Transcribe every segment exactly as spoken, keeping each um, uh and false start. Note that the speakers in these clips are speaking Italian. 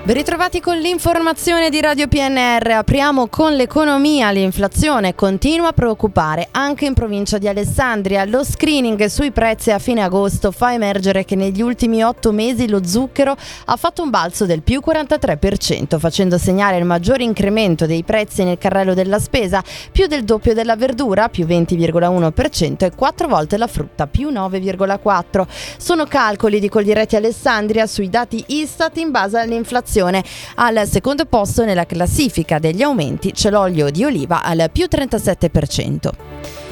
Ben ritrovati con l'informazione di Radio P N R. Apriamo con l'economia. L'inflazione continua a preoccupare anche in provincia di Alessandria. Lo screening sui prezzi a fine agosto fa emergere che negli ultimi otto mesi lo zucchero ha fatto un balzo del più quarantatré per cento, facendo segnare il maggiore incremento dei prezzi nel carrello della spesa, più del doppio della verdura, più venti virgola uno per cento, e quattro volte la frutta, più nove virgola quattro per cento. Sono calcoli di Coldiretti Alessandria sui dati Istat in base all'inflazione. Al secondo posto nella classifica degli aumenti c'è l'olio di oliva al più trentasette per cento.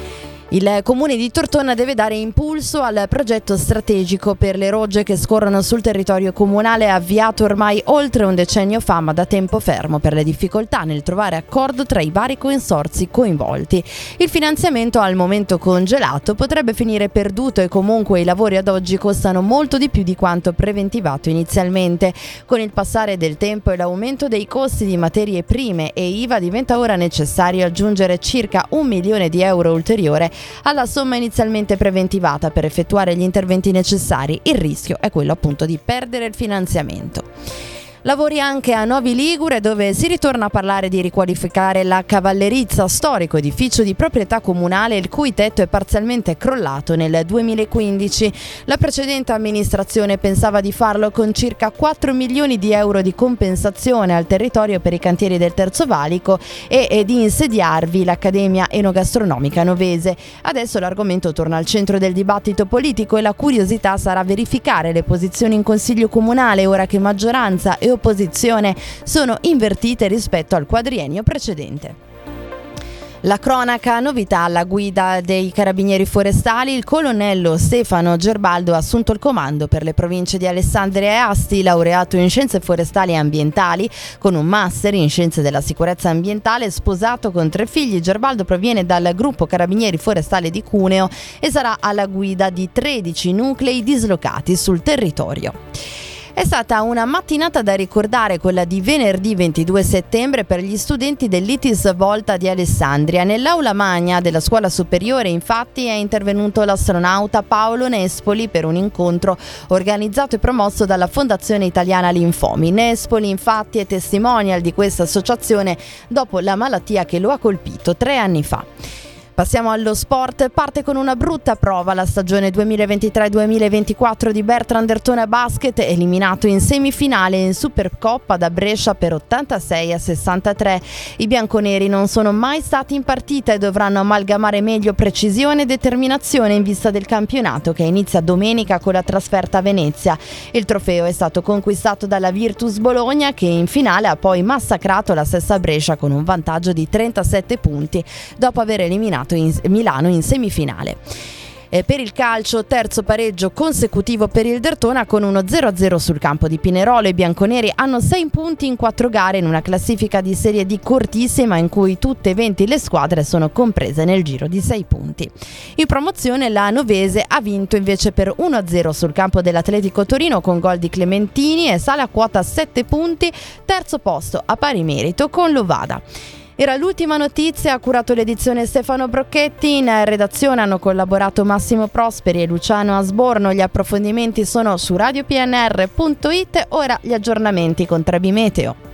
Il comune di Tortona deve dare impulso al progetto strategico per le rogge che scorrono sul territorio comunale, avviato ormai oltre un decennio fa, ma da tempo fermo per le difficoltà nel trovare accordo tra i vari consorzi coinvolti. Il finanziamento, al momento congelato, potrebbe finire perduto e comunque i lavori ad oggi costano molto di più di quanto preventivato inizialmente. Con il passare del tempo e l'aumento dei costi di materie prime e I V A diventa ora necessario aggiungere circa un milione di euro ulteriore alla somma inizialmente preventivata per effettuare gli interventi necessari. Il rischio è quello appunto di perdere il finanziamento. Lavori anche a Novi Ligure, dove si ritorna a parlare di riqualificare la Cavallerizza, storico edificio di proprietà comunale il cui tetto è parzialmente crollato nel duemilaquindici. La precedente amministrazione pensava di farlo con circa quattro milioni di euro di compensazione al territorio per i cantieri del Terzo Valico e, e di insediarvi l'Accademia Enogastronomica Novese. Adesso l'argomento torna al centro del dibattito politico e la curiosità sarà verificare le posizioni in Consiglio Comunale, ora che maggioranza e opposizione sono invertite rispetto al quadriennio precedente. La cronaca, novità alla guida dei Carabinieri Forestali. Il colonnello Stefano Gerbaldo ha assunto il comando per le province di Alessandria e Asti. Laureato in Scienze Forestali e Ambientali con un master in Scienze della Sicurezza Ambientale, sposato con tre figli, Gerbaldo proviene dal gruppo Carabinieri Forestali di Cuneo e sarà alla guida di tredici nuclei dislocati sul territorio. È stata una mattinata da ricordare quella di venerdì ventidue settembre per gli studenti dell'I T I S Volta di Alessandria. Nell'aula magna della scuola superiore, infatti, è intervenuto l'astronauta Paolo Nespoli per un incontro organizzato e promosso dalla Fondazione Italiana Linfomi. Nespoli, infatti, è testimonial di questa associazione dopo la malattia che lo ha colpito tre anni fa. Passiamo allo sport. Parte con una brutta prova la stagione duemilaventitré duemilaventiquattro di Bertrand Dertona Basket, eliminato in semifinale in Supercoppa da Brescia per ottantasei a sessantatré. I bianconeri non sono mai stati in partita e dovranno amalgamare meglio precisione e determinazione in vista del campionato che inizia domenica con la trasferta a Venezia. Il trofeo è stato conquistato dalla Virtus Bologna, che in finale ha poi massacrato la stessa Brescia con un vantaggio di trentasette punti dopo aver eliminato in Milano in semifinale. E per il calcio, terzo pareggio consecutivo per il Dertona con uno zero a zero sul campo di Pinerolo. I bianconeri hanno sei punti in quattro gare in una classifica di Serie D cortissima in cui tutte e venti le squadre sono comprese nel giro di sei punti. In promozione la Novese ha vinto invece per uno a zero sul campo dell'Atletico Torino con gol di Clementini e sale a quota sette punti, terzo posto a pari merito con l'Ovada. Era l'ultima notizia, ha curato l'edizione Stefano Brocchetti, in redazione hanno collaborato Massimo Prosperi e Luciano Asborno. Gli approfondimenti sono su radio p n r punto i t. Ora gli aggiornamenti con Trebi Meteo.